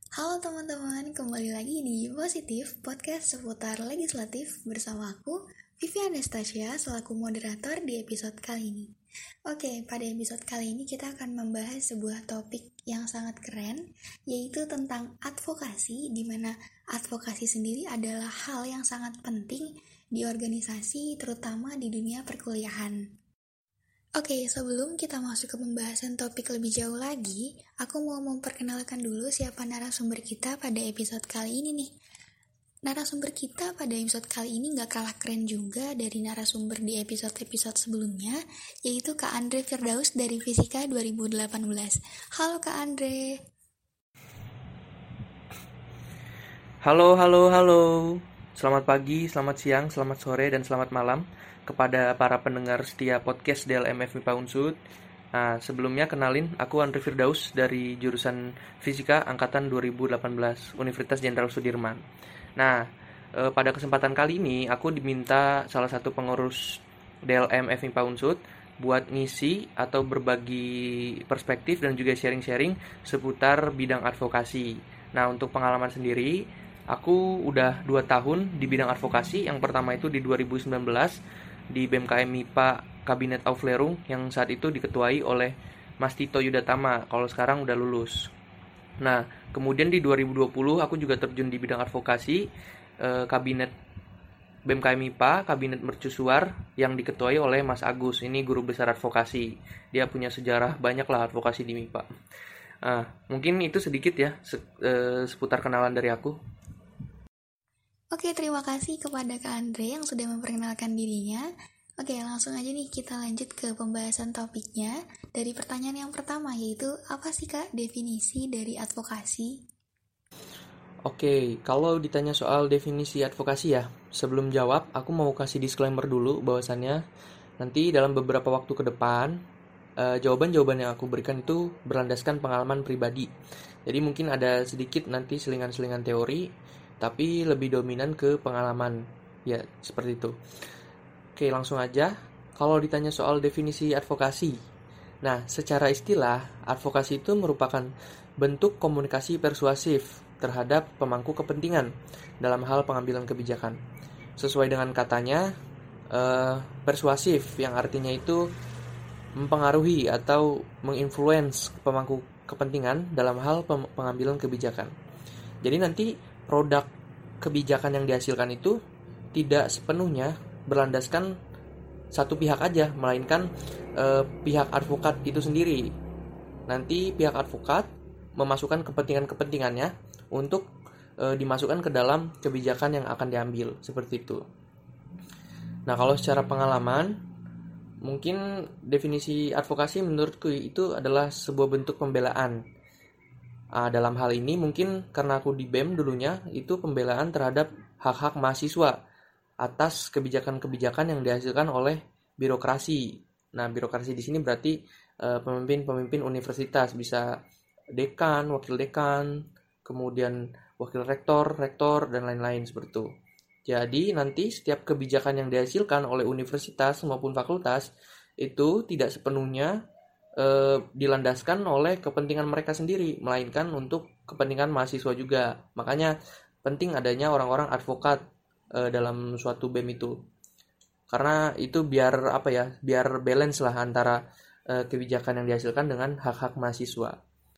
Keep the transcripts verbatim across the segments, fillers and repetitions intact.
Halo teman-teman, kembali lagi di Positif, podcast seputar legislatif bersama aku, Vivi Anastasia, selaku moderator di episode kali ini. Oke, pada episode kali ini kita akan membahas sebuah topik yang sangat keren, yaitu tentang advokasi, di mana advokasi sendiri adalah hal yang sangat penting di organisasi, terutama di dunia perkuliahan. Oke, sebelum kita masuk ke pembahasan topik lebih jauh lagi, aku mau memperkenalkan dulu siapa narasumber kita pada episode kali ini nih. Narasumber kita pada episode kali ini gak kalah keren juga dari narasumber di episode-episode sebelumnya, yaitu Kak Andre Firdaus dari Fisika dua ribu delapan belas. Halo Kak Andre. Halo, halo, halo. Selamat pagi, selamat siang, selamat sore, dan selamat malam kepada para pendengar setia podcast D L M F M I P A Unsud. Nah, sebelumnya kenalin, aku Andre Firdaus dari jurusan Fisika Angkatan dua ribu delapan belas Universitas Jenderal Sudirman. Nah, eh, pada kesempatan kali ini aku diminta salah satu pengurus D L M F M I P A Unsud buat ngisi atau berbagi perspektif dan juga sharing-sharing seputar bidang advokasi. Nah, untuk pengalaman sendiri, aku udah dua tahun di bidang advokasi. Yang pertama itu di dua ribu sembilan belas di B M K M I P A Kabinet Aufklärung yang saat itu diketuai oleh Mas Tito Yudatama, kalau sekarang udah lulus. Nah, kemudian di dua ribu dua puluh aku juga terjun di bidang advokasi eh, Kabinet B M K M I P A, Kabinet Mercusuar yang diketuai oleh Mas Agus. Ini guru besar advokasi. Dia punya sejarah banyak lah advokasi di M I P A. Nah, mungkin itu sedikit ya se- eh, seputar kenalan dari aku. Oke, terima kasih kepada Kak Andre yang sudah memperkenalkan dirinya. Oke, langsung aja nih kita lanjut ke pembahasan topiknya. Dari pertanyaan yang pertama, yaitu apa sih Kak definisi dari advokasi? Oke, kalau ditanya soal definisi advokasi ya, sebelum jawab, aku mau kasih disclaimer dulu bahwasannya nanti dalam beberapa waktu ke depan, eh, jawaban-jawaban yang aku berikan itu berlandaskan pengalaman pribadi. Jadi mungkin ada sedikit nanti selingan-selingan teori, tapi lebih dominan ke pengalaman. Ya, seperti itu. Oke, langsung aja. Kalau ditanya soal definisi advokasi, nah, secara istilah, advokasi itu merupakan bentuk komunikasi persuasif terhadap pemangku kepentingan dalam hal pengambilan kebijakan. Sesuai dengan katanya, eh, persuasif yang artinya itu mempengaruhi atau menginfluence pemangku kepentingan dalam hal pem- pengambilan kebijakan. Jadi nanti produk kebijakan yang dihasilkan itu tidak sepenuhnya berlandaskan satu pihak aja, melainkan eh, pihak advokat itu sendiri. Nanti pihak advokat memasukkan kepentingan-kepentingannya untuk eh, dimasukkan ke dalam kebijakan yang akan diambil, seperti itu. Nah, kalau secara pengalaman, mungkin definisi advokasi menurutku itu adalah sebuah bentuk pembelaan. Ah, dalam hal ini mungkin karena aku di B E M dulunya, itu pembelaan terhadap hak-hak mahasiswa atas kebijakan-kebijakan yang dihasilkan oleh birokrasi. Nah, birokrasi di sini berarti eh, pemimpin-pemimpin universitas, bisa dekan, wakil dekan, kemudian wakil rektor, rektor, dan lain-lain seperti itu. Jadi nanti setiap kebijakan yang dihasilkan oleh universitas maupun fakultas itu tidak sepenuhnya eh, dilandaskan oleh kepentingan mereka sendiri, melainkan untuk kepentingan mahasiswa juga. Makanya penting adanya orang-orang advokat eh, dalam suatu B E M itu. Karena itu biar apa ya, biar balance lah antara eh, kebijakan yang dihasilkan dengan hak-hak mahasiswa.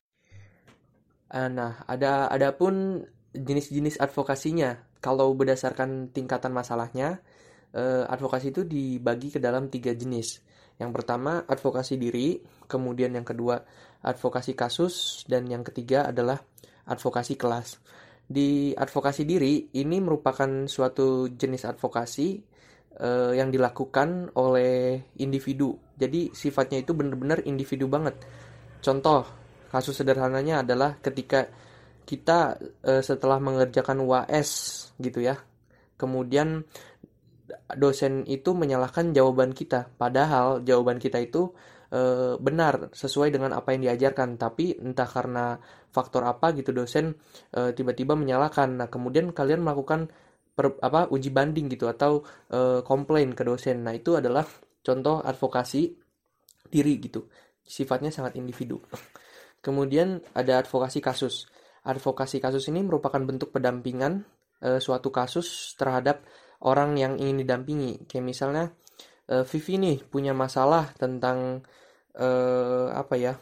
Eh, nah, ada adapun jenis-jenis advokasinya. Kalau berdasarkan tingkatan masalahnya, eh, advokasi itu dibagi ke dalam tiga jenis. Yang pertama advokasi diri, kemudian yang kedua advokasi kasus, dan yang ketiga adalah advokasi kelas. Di advokasi diri ini merupakan suatu jenis advokasi eh, yang dilakukan oleh individu. Jadi sifatnya itu benar-benar individu banget. Contoh kasus sederhananya adalah ketika kita eh, setelah mengerjakan U A S gitu ya, kemudian dosen itu menyalahkan jawaban kita, padahal jawaban kita itu e, benar sesuai dengan apa yang diajarkan, tapi entah karena faktor apa gitu dosen e, tiba-tiba menyalahkan. Nah, kemudian kalian melakukan per, apa uji banding gitu atau e, komplain ke dosen. Nah, itu adalah contoh advokasi diri gitu, sifatnya sangat individu. Kemudian ada advokasi kasus. Advokasi kasus ini merupakan bentuk pendampingan uh, suatu kasus terhadap orang yang ingin didampingi. Kayak misalnya uh, Vivi nih punya masalah tentang uh, apa ya?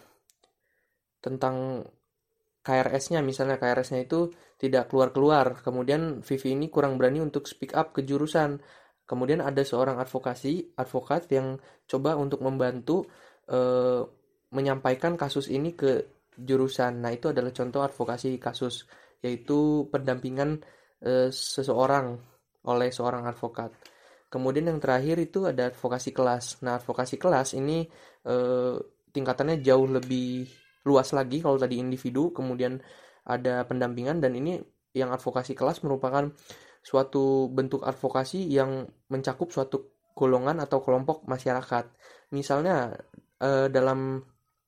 Tentang K R S-nya, misalnya K R S-nya itu tidak keluar-keluar. Kemudian Vivi ini kurang berani untuk speak up ke jurusan. Kemudian ada seorang advokasi, advokat yang coba untuk membantu uh, menyampaikan kasus ini ke jurusan. Nah, itu adalah contoh advokasi kasus, yaitu pendampingan e, seseorang oleh seorang advokat. Kemudian yang terakhir itu ada advokasi kelas. Nah, advokasi kelas ini e, tingkatannya jauh lebih luas lagi. Kalau tadi individu, kemudian ada pendampingan, dan ini yang advokasi kelas merupakan suatu bentuk advokasi yang mencakup suatu golongan atau kelompok masyarakat. Misalnya e, dalam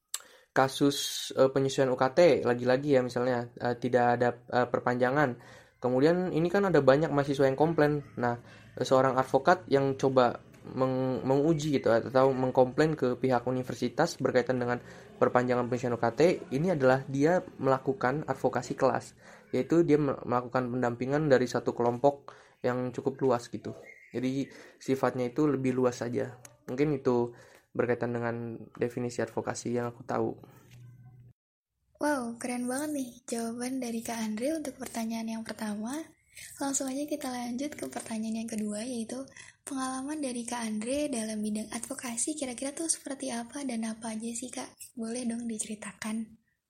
kasus uh, penyesuaian U K T, lagi-lagi ya misalnya uh, tidak ada uh, perpanjangan. Kemudian ini kan ada banyak mahasiswa yang komplain. Nah, seorang advokat yang coba meng- menguji gitu atau mengkomplain ke pihak universitas berkaitan dengan perpanjangan penyesuaian U K T, ini adalah dia melakukan advokasi kelas, yaitu dia melakukan pendampingan dari satu kelompok yang cukup luas gitu. Jadi sifatnya itu lebih luas saja. Mungkin itu berkaitan dengan definisi advokasi yang aku tahu. Wow, keren banget nih jawaban dari Kak Andre untuk pertanyaan yang pertama. Langsung aja kita lanjut ke pertanyaan yang kedua, yaitu pengalaman dari Kak Andre dalam bidang advokasi kira-kira tuh seperti apa dan apa aja sih Kak? Boleh dong diceritakan?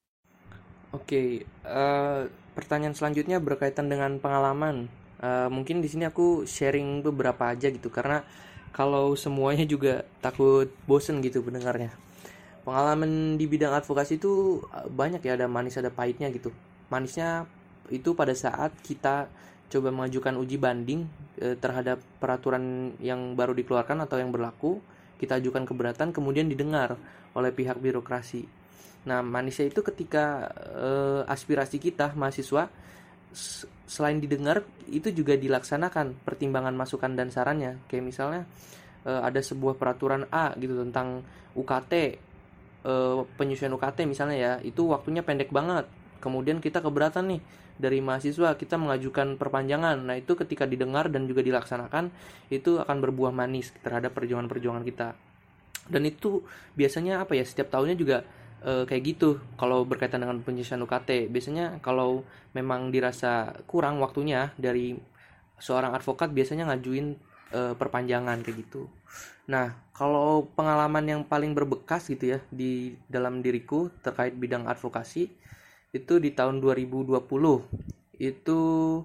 Oke, uh, pertanyaan selanjutnya berkaitan dengan pengalaman. Uh, mungkin di sini aku sharing beberapa aja gitu, karena kalau semuanya juga takut bosen gitu pendengarnya. Pengalaman di bidang advokasi itu banyak ya, ada manis ada pahitnya gitu. Manisnya itu pada saat kita coba mengajukan uji banding e, terhadap peraturan yang baru dikeluarkan atau yang berlaku, kita ajukan keberatan, kemudian didengar oleh pihak birokrasi. Nah, manisnya itu ketika e, aspirasi kita mahasiswa selain didengar, itu juga dilaksanakan pertimbangan masukan dan sarannya. Kayak misalnya uh, ada sebuah peraturan A gitu tentang U K T, uh, penyesuaian U K T misalnya ya, itu waktunya pendek banget. Kemudian kita keberatan nih dari mahasiswa, kita mengajukan perpanjangan. Nah, itu ketika didengar dan juga dilaksanakan, itu akan berbuah manis terhadap perjuangan-perjuangan kita. Dan itu biasanya apa ya, setiap tahunnya juga E, kayak gitu. Kalau berkaitan dengan penyesuaian U K T, biasanya kalau memang dirasa kurang waktunya dari seorang advokat, biasanya ngajuin e, perpanjangan kayak gitu. Nah, kalau pengalaman yang paling berbekas gitu ya di dalam diriku terkait bidang advokasi, itu di tahun dua ribu dua puluh. Itu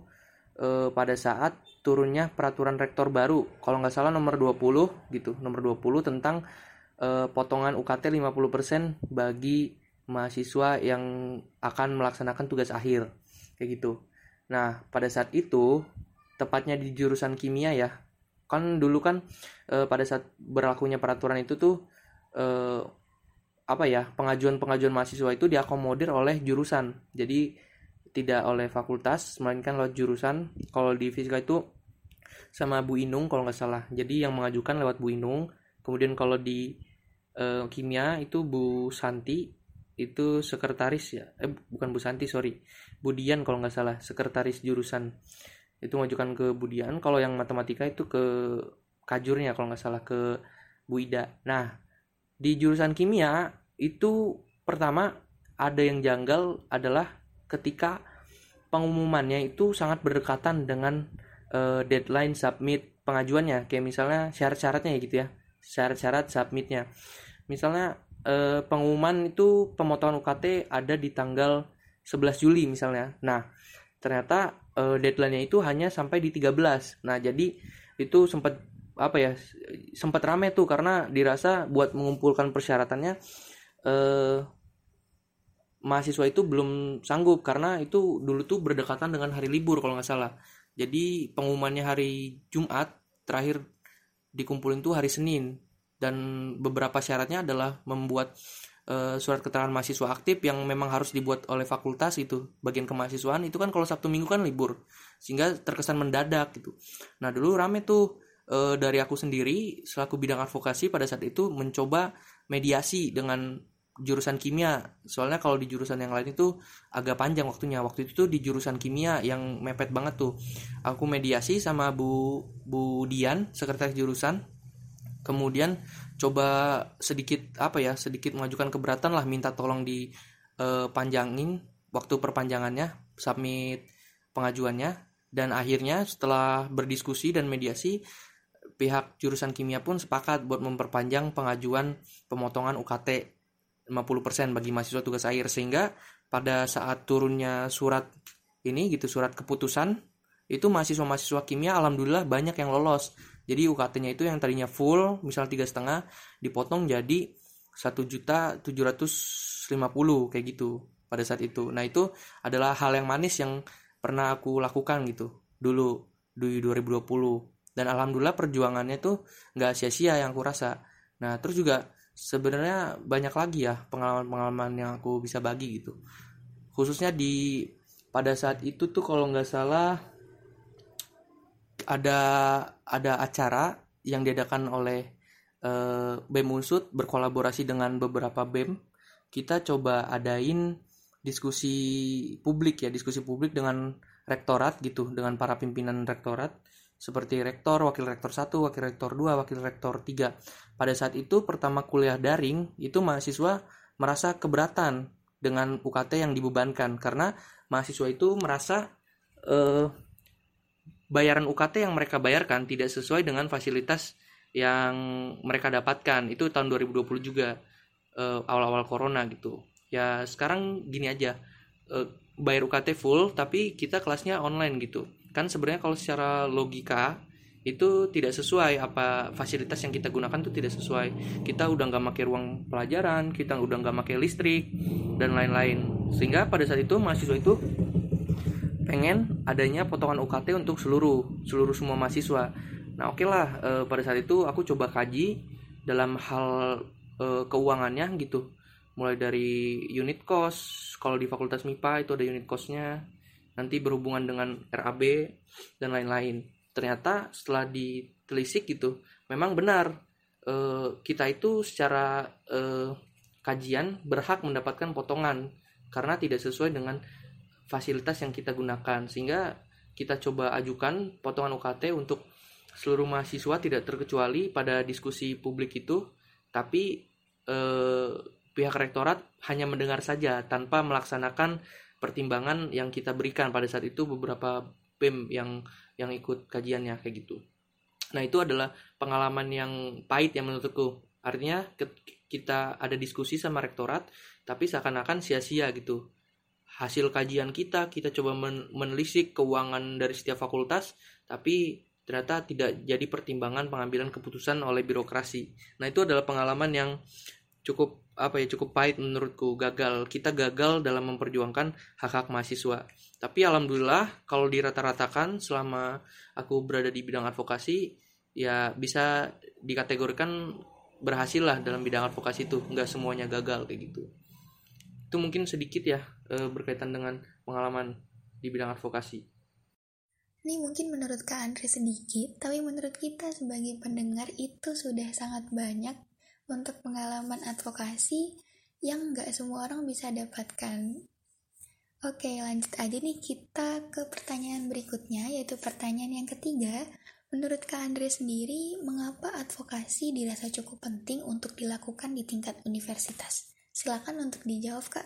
e, pada saat turunnya peraturan rektor baru, kalau nggak salah nomor dua puluh gitu, nomor dua puluh tentang Uh, potongan U K T lima puluh persen bagi mahasiswa yang akan melaksanakan tugas akhir kayak gitu. Nah, pada saat itu tepatnya di jurusan kimia ya. Kan dulu kan uh, pada saat berlakunya peraturan itu tuh uh, apa ya, pengajuan-pengajuan mahasiswa itu diakomodir oleh jurusan. Jadi tidak oleh fakultas, melainkan lewat jurusan. Kalau di fisika itu sama Bu Inung kalau nggak salah. Jadi yang mengajukan lewat Bu Inung. Kemudian kalau di Uh, kimia itu Bu Santi, itu sekretaris ya, eh bukan Bu Santi sorry, Bu Dian kalau nggak salah, sekretaris jurusan itu mengajukan ke Bu Dian. Kalau yang matematika itu ke kajurnya kalau nggak salah, ke Bu Ida. Nah, di jurusan kimia itu pertama ada yang janggal adalah ketika pengumumannya itu sangat berdekatan dengan uh, deadline submit pengajuannya. Kayak misalnya syarat-syaratnya ya gitu ya, syarat-syarat submitnya. Misalnya eh, pengumuman itu pemotongan U K T ada di tanggal sebelas Juli misalnya. Nah, ternyata eh, deadline-nya itu hanya sampai di tiga belas. Nah, jadi itu sempat apa ya? Sempat rame tuh karena dirasa buat mengumpulkan persyaratannya eh mahasiswa itu belum sanggup karena itu dulu tuh berdekatan dengan hari libur kalau nggak salah. Jadi pengumumannya hari Jumat, terakhir dikumpulin tuh hari Senin. Dan beberapa syaratnya adalah membuat e, surat keterangan mahasiswa aktif yang memang harus dibuat oleh fakultas itu. Bagian kemahasiswaan itu kan kalau Sabtu Minggu kan libur, sehingga terkesan mendadak gitu. Nah, dulu rame tuh e, dari aku sendiri selaku bidang advokasi pada saat itu mencoba mediasi dengan jurusan kimia. Soalnya kalau di jurusan yang lain itu agak panjang waktunya. Waktu itu tuh di jurusan kimia yang mepet banget tuh. Aku mediasi sama Bu Bu Dian, sekretaris jurusan. Kemudian coba sedikit apa ya, sedikit mengajukan keberatan lah, minta tolong dipanjangin waktu perpanjangannya, submit pengajuannya. Dan akhirnya setelah berdiskusi dan mediasi, pihak jurusan kimia pun sepakat buat memperpanjang pengajuan pemotongan U K T lima puluh persen bagi mahasiswa tugas akhir, sehingga pada saat turunnya surat ini gitu, surat keputusan, itu mahasiswa-mahasiswa kimia alhamdulillah banyak yang lolos. Jadi U K T-nya itu yang tadinya full misal tiga setengah dipotong jadi satu juta tujuh ratus lima puluh kayak gitu pada saat itu. Nah, itu adalah hal yang manis yang pernah aku lakukan gitu dulu di dua ribu dua puluh, dan alhamdulillah perjuangannya tuh nggak sia-sia yang aku rasa. Nah, terus juga sebenarnya banyak lagi ya pengalaman-pengalaman yang aku bisa bagi gitu, khususnya di pada saat itu tuh kalau nggak salah ada ada acara yang diadakan oleh uh, B E M Unsud berkolaborasi dengan beberapa B E M. Kita coba adain diskusi publik ya, diskusi publik dengan rektorat gitu, dengan para pimpinan rektorat seperti rektor, wakil rektor satu, wakil rektor dua, wakil rektor tiga. Pada saat itu pertama kuliah daring, itu mahasiswa merasa keberatan dengan U K T yang dibebankan karena mahasiswa itu merasa eh, bayaran U K T yang mereka bayarkan tidak sesuai dengan fasilitas yang mereka dapatkan. Itu tahun dua ribu dua puluh juga, eh, awal-awal corona gitu. Ya sekarang gini aja, eh, bayar U K T full tapi kita kelasnya online gitu. Kan sebenarnya kalau secara logika itu tidak sesuai, apa fasilitas yang kita gunakan itu tidak sesuai. Kita udah nggak pakai ruang pelajaran, kita udah nggak pakai listrik dan lain-lain. Sehingga pada saat itu mahasiswa itu pengen adanya potongan U K T untuk seluruh seluruh semua mahasiswa. Nah, oke okay lah, e, pada saat itu aku coba kaji dalam hal e, keuangannya gitu. Mulai dari unit cost, kalau di Fakultas M I P A itu ada unit cost-nya, nanti berhubungan dengan R A B dan lain-lain. Ternyata setelah ditelisik gitu, memang benar eh, kita itu secara eh, kajian berhak mendapatkan potongan karena tidak sesuai dengan fasilitas yang kita gunakan, sehingga kita coba ajukan potongan U K T untuk seluruh mahasiswa tidak terkecuali pada diskusi publik itu, tapi eh, pihak rektorat hanya mendengar saja tanpa melaksanakan pertimbangan yang kita berikan pada saat itu beberapa B E M yang yang ikut kajiannya kayak gitu. Nah, itu adalah pengalaman yang pahit yang menurutku. Artinya kita ada diskusi sama rektorat tapi seakan-akan sia-sia gitu. Hasil kajian kita, kita coba menelisik keuangan dari setiap fakultas, tapi ternyata tidak jadi pertimbangan pengambilan keputusan oleh birokrasi. Nah, itu adalah pengalaman yang cukup apa ya cukup pahit menurutku. Gagal, kita gagal dalam memperjuangkan hak-hak mahasiswa. Tapi alhamdulillah kalau dirata-ratakan selama aku berada di bidang advokasi, ya bisa dikategorikan berhasil lah dalam bidang advokasi itu, nggak semuanya gagal kayak gitu. Itu mungkin sedikit ya e, berkaitan dengan pengalaman di bidang advokasi. Ini mungkin menurut Kak Andre sedikit, tapi menurut kita sebagai pendengar itu sudah sangat banyak untuk pengalaman advokasi yang nggak semua orang bisa dapatkan. Oke, lanjut aja nih kita ke pertanyaan berikutnya, yaitu pertanyaan yang ketiga. Menurut Kak Andre sendiri, mengapa advokasi dirasa cukup penting untuk dilakukan di tingkat universitas? Silakan untuk dijawab, Kak.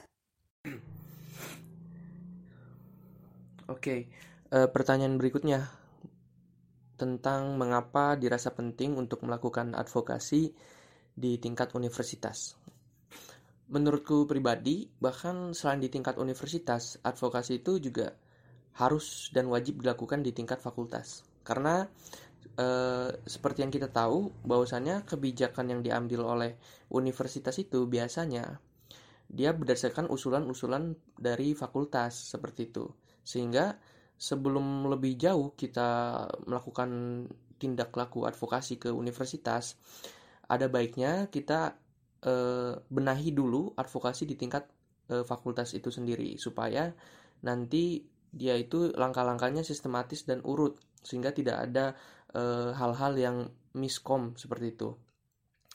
Oke, e, pertanyaan berikutnya tentang mengapa dirasa penting untuk melakukan advokasi di tingkat universitas. Menurutku pribadi, bahkan selain di tingkat universitas, advokasi itu juga harus dan wajib dilakukan di tingkat fakultas. Karena e, seperti yang kita tahu, bahwasannya kebijakan yang diambil oleh universitas itu biasanya dia berdasarkan usulan-usulan dari fakultas seperti itu. Sehingga sebelum lebih jauh kita melakukan tindak laku advokasi ke universitas, ada baiknya kita e, benahi dulu advokasi di tingkat e, fakultas itu sendiri, supaya nanti dia itu langkah-langkahnya sistematis dan urut, sehingga tidak ada e, hal-hal yang miskom seperti itu.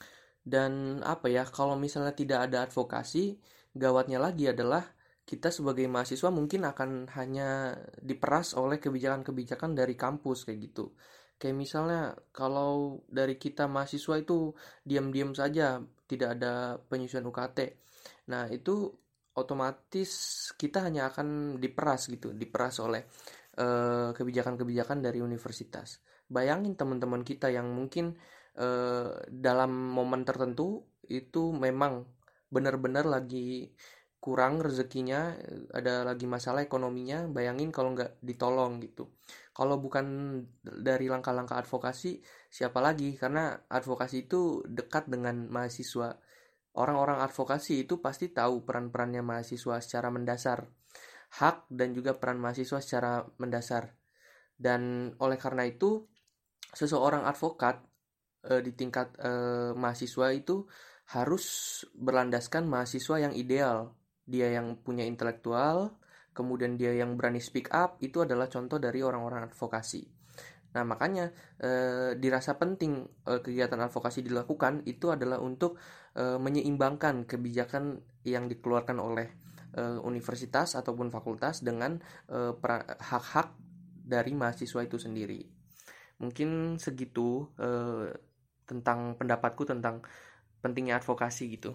Dan apa ya, kalau misalnya tidak ada advokasi, gawatnya lagi adalah kita sebagai mahasiswa mungkin akan hanya diperas oleh kebijakan-kebijakan dari kampus kayak gitu. Kayak misalnya kalau dari kita mahasiswa itu diam-diam saja, tidak ada penyusunan U K T. Nah, itu otomatis kita hanya akan diperas gitu, diperas oleh eh, kebijakan-kebijakan dari universitas. Bayangin teman-teman kita yang mungkin eh, dalam momen tertentu itu memang benar-benar lagi kurang rezekinya, ada lagi masalah ekonominya, bayangin kalau nggak ditolong gitu. Kalau bukan dari langkah-langkah advokasi, siapa lagi? Karena advokasi itu dekat dengan mahasiswa. Orang-orang advokasi itu pasti tahu peran-perannya mahasiswa secara mendasar, hak dan juga peran mahasiswa secara mendasar. Dan oleh karena itu, seseorang advokat eh, di tingkat eh, mahasiswa itu harus berlandaskan mahasiswa yang ideal. Dia yang punya intelektual, kemudian dia yang berani speak up, itu adalah contoh dari orang-orang advokasi. Nah, makanya eh, dirasa penting eh, kegiatan advokasi dilakukan itu adalah untuk eh, menyeimbangkan kebijakan yang dikeluarkan oleh eh, universitas ataupun fakultas dengan eh, pra- hak-hak dari mahasiswa itu sendiri. Mungkin segitu eh, tentang pendapatku tentang pentingnya advokasi gitu.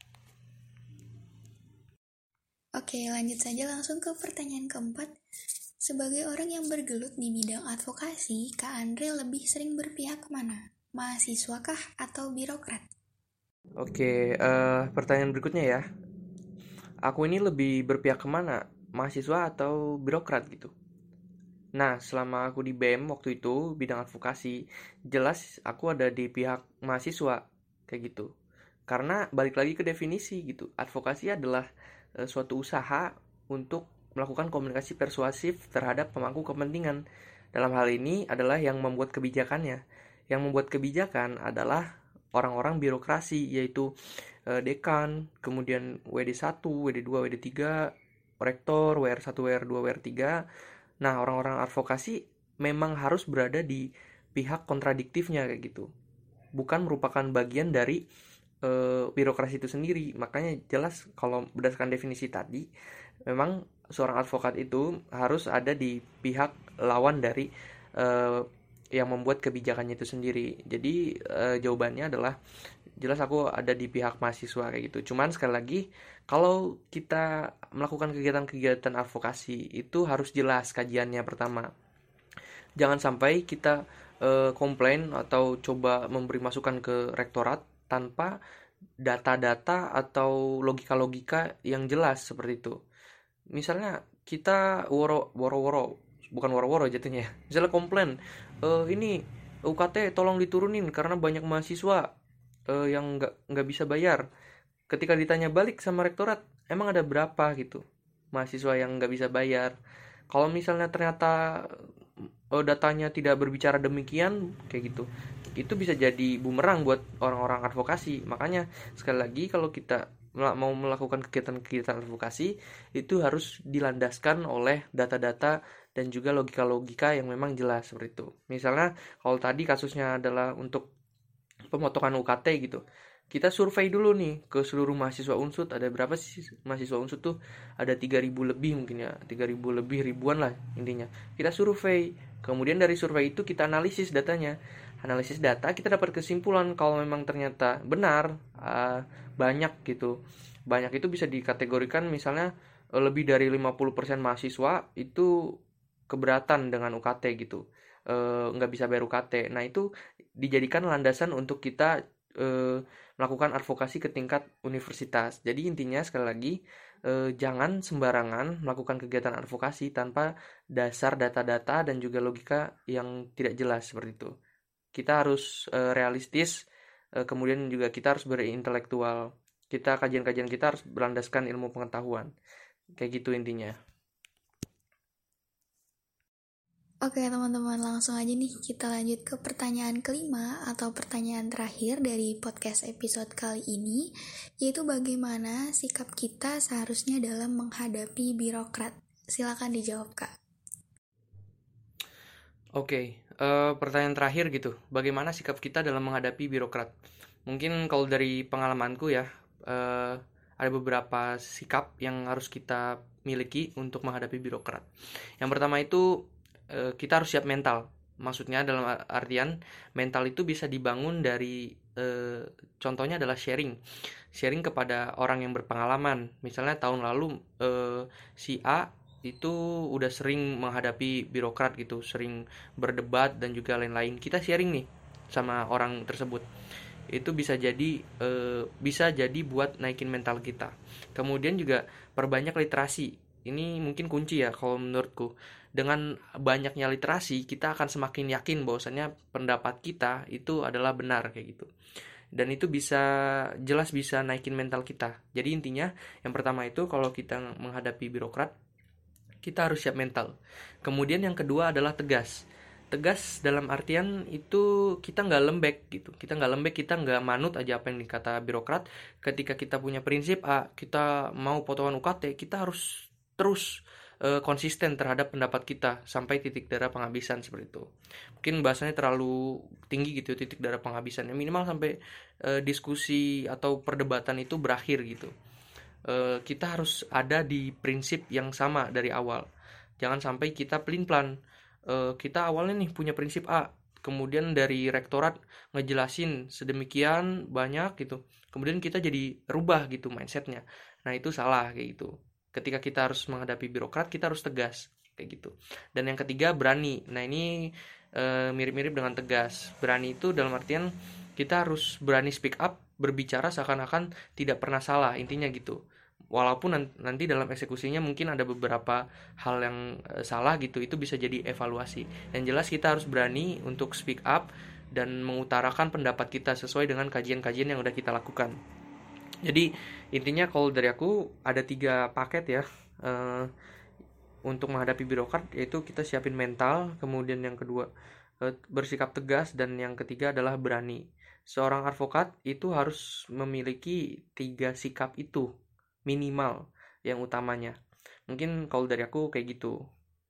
Oke, lanjut saja langsung ke pertanyaan keempat. Sebagai orang yang bergelut di bidang advokasi, Kak Andre lebih sering berpihak kemana? Mahasiswa kah atau birokrat? Oke, eh, pertanyaan berikutnya ya. Aku ini lebih berpihak kemana? Mahasiswa atau birokrat gitu? Nah, selama aku di B E M waktu itu, bidang advokasi, jelas aku ada di pihak mahasiswa, kayak gitu. Karena balik lagi ke definisi gitu, advokasi adalah eh, suatu usaha untuk melakukan komunikasi persuasif terhadap pemangku kepentingan. Dalam hal ini adalah yang membuat kebijakannya. Yang membuat kebijakan adalah orang-orang birokrasi, yaitu eh, dekan, kemudian W D satu, W D dua, W D tiga, rektor, W R satu, W R dua, W R tiga. Nah, orang-orang advokasi memang harus berada di pihak kontradiktifnya kayak gitu. Bukan merupakan bagian dari e, birokrasi itu sendiri. Makanya jelas kalau berdasarkan definisi tadi, memang seorang advokat itu harus ada di pihak lawan dari e, yang membuat kebijakannya itu sendiri. Jadi e, jawabannya adalah jelas aku ada di pihak mahasiswa kayak gitu. Cuman sekali lagi, kalau kita melakukan kegiatan-kegiatan advokasi itu harus jelas kajiannya pertama. Jangan sampai kita e, komplain atau coba memberi masukan ke rektorat tanpa data-data atau logika-logika yang jelas seperti itu. Misalnya kita woro woro bukan woro-woro jatuhnya. Misalnya komplain, e, ini U K T tolong diturunin karena banyak mahasiswa uh, yang nggak nggak bisa bayar. Ketika ditanya balik sama rektorat, emang ada berapa gitu mahasiswa yang nggak bisa bayar? Kalau misalnya ternyata uh, datanya tidak berbicara demikian, kayak gitu, itu bisa jadi bumerang buat orang-orang advokasi. Makanya sekali lagi kalau kita mau melakukan kegiatan-kegiatan advokasi itu harus dilandaskan oleh data-data dan juga logika-logika yang memang jelas seperti itu. Misalnya kalau tadi kasusnya adalah untuk pemotongan U K T gitu. Kita survei dulu nih ke seluruh mahasiswa Unsud, ada berapa sih mahasiswa Unsud tuh? Ada tiga ribu lebih mungkin ya, tiga ribu lebih ribuan lah intinya. Kita survei, kemudian dari survei itu kita analisis datanya. Analisis data kita dapat kesimpulan kalau memang ternyata benar uh, banyak gitu. Banyak itu bisa dikategorikan misalnya uh, lebih dari lima puluh persen mahasiswa itu keberatan dengan U K T gitu. Uh, nggak bisa bayar U K T. Nah itu dijadikan landasan untuk kita uh, melakukan advokasi ke tingkat universitas. Jadi intinya sekali lagi eh, jangan sembarangan melakukan kegiatan advokasi tanpa dasar data-data dan juga logika yang tidak jelas seperti itu. Kita harus eh, realistis, eh, kemudian juga kita harus berintelektual. Kita kajian-kajian kita harus berlandaskan ilmu pengetahuan. Kayak gitu intinya. Oke teman-teman, langsung aja nih kita lanjut ke pertanyaan kelima atau pertanyaan terakhir dari podcast episode kali ini, yaitu bagaimana sikap kita seharusnya dalam menghadapi birokrat. Silakan dijawab, Kak. Oke, uh, pertanyaan terakhir gitu. Bagaimana sikap kita dalam menghadapi birokrat? Mungkin kalau dari pengalamanku ya, eh, ada beberapa sikap yang harus kita miliki untuk menghadapi birokrat. Yang pertama itu eh, kita harus siap mental. Maksudnya dalam artian mental itu bisa dibangun dari eh, contohnya adalah sharing. Sharing kepada orang yang berpengalaman. Misalnya tahun lalu eh, si A itu udah sering menghadapi birokrat gitu, sering berdebat dan juga lain-lain. Kita sharing nih sama orang tersebut. Itu bisa jadi e, bisa jadi buat naikin mental kita. Kemudian juga perbanyak literasi. Ini mungkin kunci ya kalau menurutku. Dengan banyaknya literasi, kita akan semakin yakin bahwasannya pendapat kita itu adalah benar kayak gitu. Dan itu bisa jelas bisa naikin mental kita. Jadi intinya yang pertama itu kalau kita menghadapi birokrat, kita harus siap mental. Kemudian yang kedua adalah tegas. Tegas dalam artian itu kita nggak lembek gitu. Kita nggak lembek, kita nggak manut aja apa yang dikata birokrat. Ketika kita punya prinsip A, kita mau potongan U K T, kita harus terus e, konsisten terhadap pendapat kita sampai titik darah penghabisan seperti itu. Mungkin bahasanya terlalu tinggi gitu, titik darah penghabisan. Minimal sampai e, diskusi atau perdebatan itu berakhir gitu. Uh, kita harus ada di prinsip yang sama dari awal. Jangan sampai kita pelin-pelan. Uh, kita awalnya nih punya prinsip A, kemudian dari rektorat ngejelasin sedemikian banyak gitu, kemudian kita jadi rubah gitu mindsetnya. Nah itu salah kayak gitu. Ketika kita harus menghadapi birokrat, kita harus tegas kayak gitu. Dan yang ketiga berani. Nah ini uh, mirip-mirip dengan tegas. Berani itu dalam artian kita harus berani speak up, berbicara seakan-akan tidak pernah salah, intinya gitu. Walaupun nanti dalam eksekusinya mungkin ada beberapa hal yang e, salah gitu, itu bisa jadi evaluasi. Yang jelas kita harus berani untuk speak up dan mengutarakan pendapat kita sesuai dengan kajian-kajian yang udah kita lakukan. Jadi intinya kalau dari aku ada tiga paket ya e, untuk menghadapi birokrat, yaitu kita siapin mental, kemudian yang kedua e, bersikap tegas, dan yang ketiga adalah berani. Seorang advokat itu harus memiliki tiga sikap itu minimal yang utamanya. Mungkin kalau dari aku kayak gitu.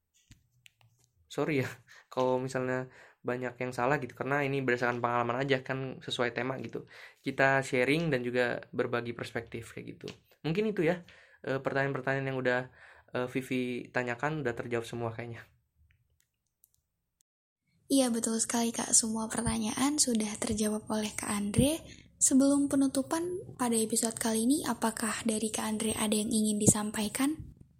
Sorry ya kalau misalnya banyak yang salah gitu, karena ini berdasarkan pengalaman aja kan, sesuai tema gitu. Kita sharing dan juga berbagi perspektif kayak gitu. Mungkin itu ya pertanyaan-pertanyaan yang udah Vivi tanyakan udah terjawab semua kayaknya. Iya betul sekali Kak, semua pertanyaan sudah terjawab oleh Kak Andre. Sebelum penutupan pada episode kali ini, apakah dari Kak Andre ada yang ingin disampaikan?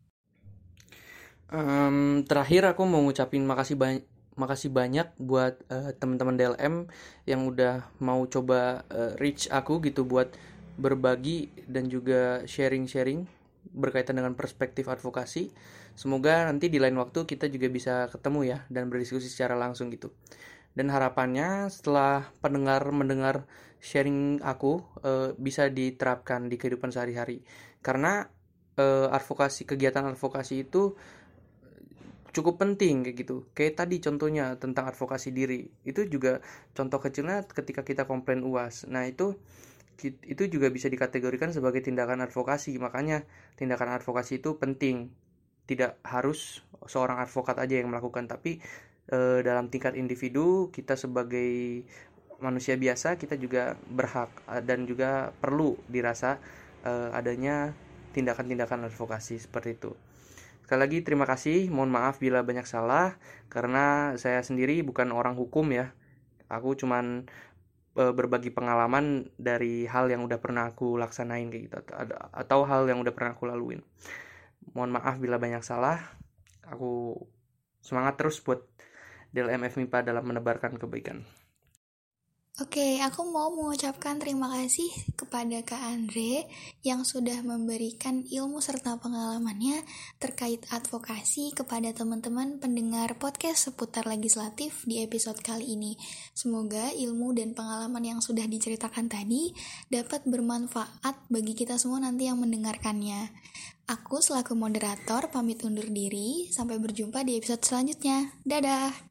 Um, terakhir aku mau ngucapin makasih banyak, makasih banyak buat uh, teman-teman D L M yang udah mau coba uh, reach aku gitu buat berbagi dan juga sharing-sharing berkaitan dengan perspektif advokasi. Semoga nanti di lain waktu kita juga bisa ketemu ya dan berdiskusi secara langsung gitu. Dan harapannya setelah pendengar mendengar sharing aku e, bisa diterapkan di kehidupan sehari-hari. Karena e, advokasi, kegiatan advokasi itu cukup penting kayak gitu. Kayak tadi contohnya tentang advokasi diri. Itu juga contoh kecilnya ketika kita komplain U A S. Nah, itu itu juga bisa dikategorikan sebagai tindakan advokasi. Makanya tindakan advokasi itu penting. Tidak harus seorang advokat aja yang melakukan, tapi e, dalam tingkat individu kita sebagai manusia biasa kita juga berhak dan juga perlu dirasa e, adanya tindakan-tindakan advokasi seperti itu. Sekali lagi terima kasih, mohon maaf bila banyak salah karena saya sendiri bukan orang hukum ya. Aku cuman e, berbagi pengalaman dari hal yang udah pernah aku laksanain kayak gitu, atau hal yang udah pernah aku laluin. Mohon maaf bila banyak salah. Aku semangat terus buat D L M F M I P A dalam menebarkan kebaikan. Oke, aku mau mengucapkan terima kasih kepada Kak Andre yang sudah memberikan ilmu serta pengalamannya terkait advokasi kepada teman-teman pendengar podcast seputar legislatif di episode kali ini. Semoga ilmu dan pengalaman yang sudah diceritakan tadi dapat bermanfaat bagi kita semua nanti yang mendengarkannya. Aku selaku moderator pamit undur diri, sampai berjumpa di episode selanjutnya. Dadah!